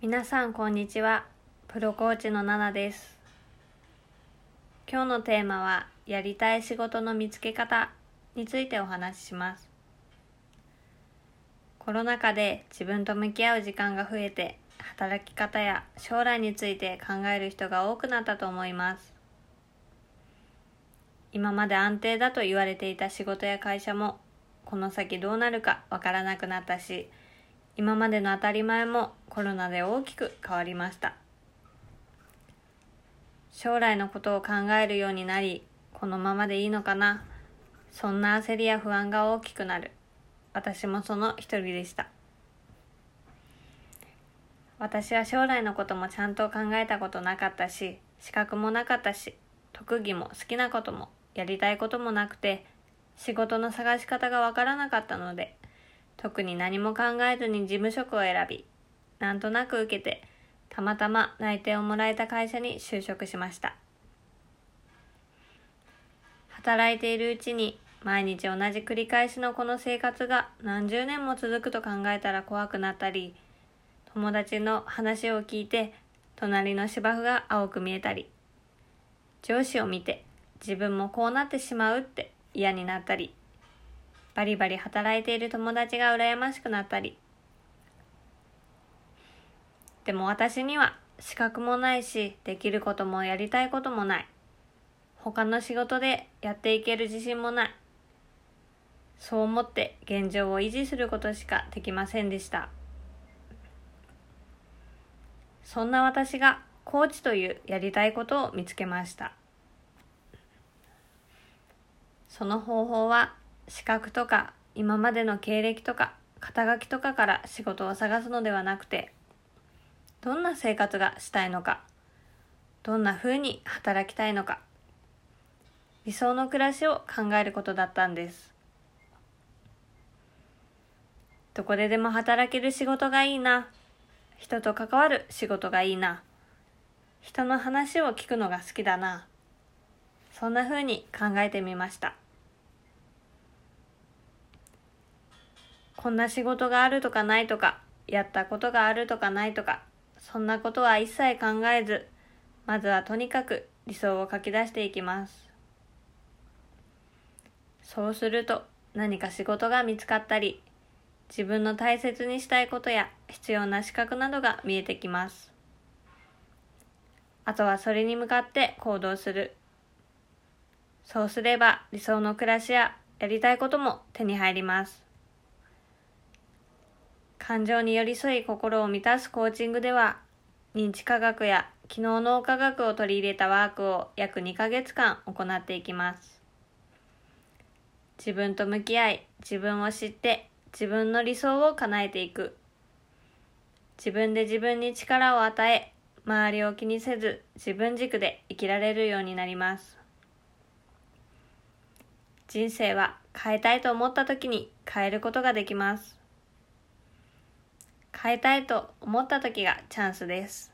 皆さんこんにちは。プロコーチのナナです。今日のテーマはやりたい仕事の見つけ方についてお話しします。コロナ禍で自分と向き合う時間が増えて、働き方や将来について考える人が多くなったと思います。今まで安定だと言われていた仕事や会社もこの先どうなるかわからなくなったし、今までの当たり前もコロナで大きく変わりました。将来のことを考えるようになり、このままでいいのかな、そんな焦りや不安が大きくなる。私もその一人でした。私は将来のこともちゃんと考えたことなかったし、資格もなかったし、特技も好きなこともやりたいこともなくて、仕事の探し方がわからなかったので、特に何も考えずに事務職を選び、なんとなく受けて、たまたま内定をもらえた会社に就職しました。働いているうちに毎日同じ繰り返しのこの生活が何十年も続くと考えたら怖くなったり、友達の話を聞いて隣の芝生が青く見えたり、上司を見て自分もこうなってしまうって嫌になったり、バリバリ働いている友達が羨ましくなったり。でも私には資格もないし、できることもやりたいこともない。他の仕事でやっていける自信もない。そう思って現状を維持することしかできませんでした。そんな私がコーチというやりたいことを見つけました。その方法は資格とか今までの経歴とか肩書きとかから仕事を探すのではなくて、どんな生活がしたいのか、どんな風に働きたいのか、理想の暮らしを考えることだったんです。どこででも働ける仕事がいいな、人と関わる仕事がいいな、人の話を聞くのが好きだな、そんな風に考えてみました。こんな仕事があるとかないとか、やったことがあるとかないとか、そんなことは一切考えず、まずはとにかく理想を書き出していきます。そうすると何か仕事が見つかったり、自分の大切にしたいことや必要な資格などが見えてきます。あとはそれに向かって行動する。そうすれば理想の暮らしややりたいことも手に入ります。感情に寄り添い心を満たすコーチングでは、認知科学や機能脳科学を取り入れたワークを約2ヶ月間行っていきます。自分と向き合い、自分を知って自分の理想を叶えていく。自分で自分に力を与え、周りを気にせず自分軸で生きられるようになります。人生は変えたいと思った時に変えることができます。変えたいと思った時がチャンスです。